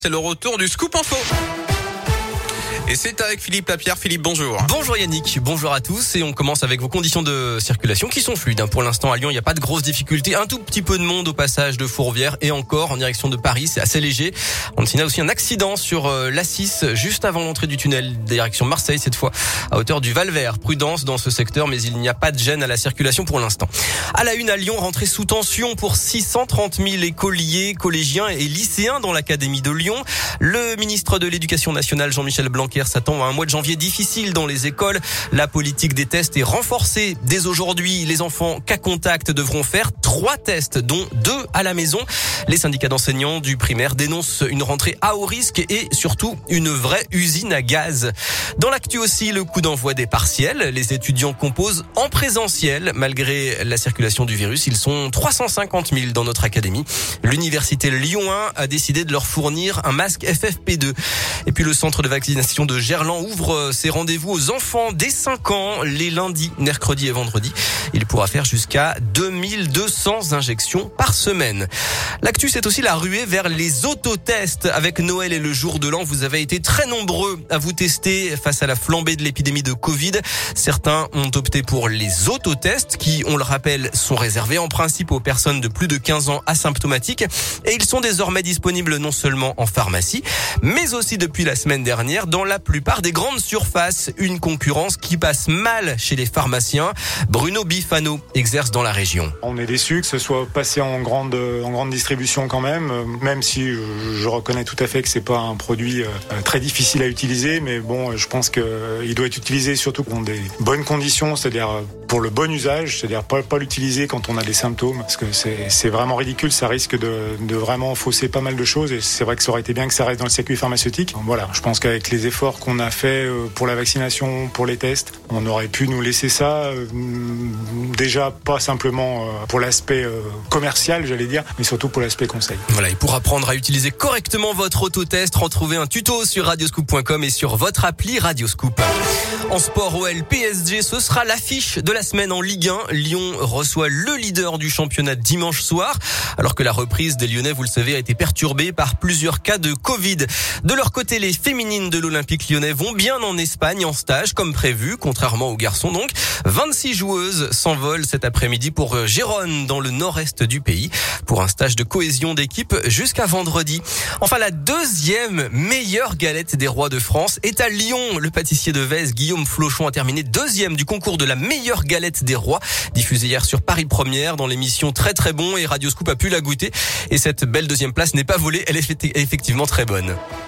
C'est le retour du Scoop Info. Et c'est avec Philippe Lapierre. Philippe, bonjour. Bonjour Yannick, bonjour à tous. Et on commence avec vos conditions de circulation qui sont fluides. Pour l'instant à Lyon, il n'y a pas de grosses difficultés. Un tout petit peu de monde au passage de Fourvière et encore en direction de Paris, c'est assez léger. On signale aussi un accident sur l'A6 juste avant l'entrée du tunnel, direction Marseille cette fois, à hauteur du Val-Vert. Prudence dans ce secteur, mais il n'y a pas de gêne à la circulation pour l'instant. À la une à Lyon, rentrée sous tension pour 630 000 écoliers, collégiens et lycéens dans l'académie de Lyon. Le ministre de l'Éducation nationale, Jean-Michel Blanquer, s'attend à un mois de janvier difficile dans les écoles. La politique des tests est renforcée. Dès aujourd'hui, les enfants cas contact devront faire 3 tests, dont 2 à la maison. Les syndicats d'enseignants du primaire dénoncent une rentrée à haut risque et surtout une vraie usine à gaz. Dans l'actu aussi, le coup d'envoi des partiels. Les étudiants composent en présentiel. Malgré la circulation du virus, ils sont 350 000 dans notre académie. L'université Lyon 1 a décidé de leur fournir un masque FFP2. Et puis le centre de vaccination de Gerland ouvre ses rendez-vous aux enfants dès 5 ans, les lundis, mercredis et vendredis. Il pourra faire jusqu'à 2200 injections par semaine. L'actu, c'est aussi la ruée vers les autotests. Avec Noël et le jour de l'an, vous avez été très nombreux à vous tester face à la flambée de l'épidémie de Covid. Certains ont opté pour les autotests qui, on le rappelle, sont réservés en principe aux personnes de plus de 15 ans asymptomatiques. Et ils sont désormais disponibles non seulement en pharmacie, mais aussi depuis la semaine dernière dans la plupart des grandes surfaces. Une concurrence qui passe mal chez les pharmaciens. Bruno Bifano exerce dans la région. On est déçus que ce soit passé en grande distribution quand même si je reconnais tout à fait que c'est pas un produit très difficile à utiliser, mais bon, je pense qu'il doit être utilisé surtout dans des bonnes conditions, c'est-à-dire pour le bon usage, c'est-à-dire pas l'utiliser quand on a des symptômes, parce que c'est vraiment ridicule, ça risque de vraiment fausser pas mal de choses, et c'est vrai que ça aurait été bien que ça reste dans le circuit pharmaceutique. Voilà, je pense qu'avec les efforts qu'on a fait pour la vaccination, pour les tests, on aurait pu nous laisser ça, déjà pas simplement pour l'aspect commercial, j'allais dire, mais surtout pour l'aspect conseil. Voilà, et pour apprendre à utiliser correctement votre autotest, retrouvez un tuto sur radioscoop.com et sur votre appli Radioscoop. En sport, OL PSG, ce sera l'affiche de la semaine en Ligue 1. Lyon reçoit le leader du championnat dimanche soir, alors que la reprise des Lyonnais, vous le savez, a été perturbée par plusieurs cas de Covid. De leur côté, les féminines de l'Olympique lyonnais vont bien en Espagne en stage, comme prévu, contrairement aux garçons donc. 26 joueuses s'envolent cet après-midi pour Gérone, dans le nord-est du pays, pour un stage de cohésion d'équipe jusqu'à vendredi. Enfin, la deuxième meilleure galette des rois de France est à Lyon. Le pâtissier de Vèze, Guillaume Flochon, a terminé 2e du concours de la meilleure galette des rois, diffusé hier sur Paris Première dans l'émission Très Très Bon, et Radioscoop a pu la goûter. Et cette belle 2e place n'est pas volée, elle est effectivement très bonne.